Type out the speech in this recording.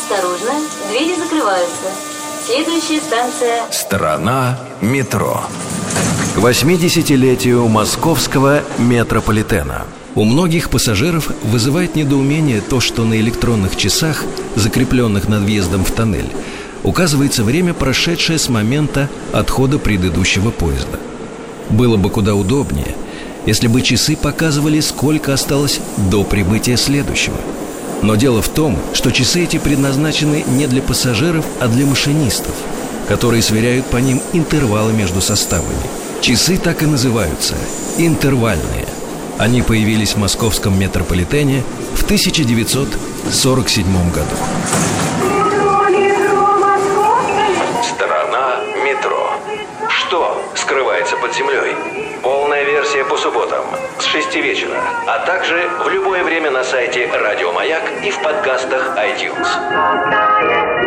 Осторожно, двери закрываются. Следующая станция... Страна метро. К 80-летию московского метрополитена. У многих пассажиров вызывает недоумение то, что на электронных часах, закрепленных над въездом в тоннель, указывается время, прошедшее с момента отхода предыдущего поезда. Было бы куда удобнее, если бы часы показывали, сколько осталось до прибытия следующего. Но дело в том, что часы эти предназначены не для пассажиров, а для машинистов, которые сверяют по ним интервалы между составами. Часы так и называются – интервальные. Они появились в московском метрополитене в 1947 году. Страна метро. Что скрывается под землей? Полная версия по субботам с 6 вечера, а также в любое время на сайте Радио Маяк и в подкастах iTunes.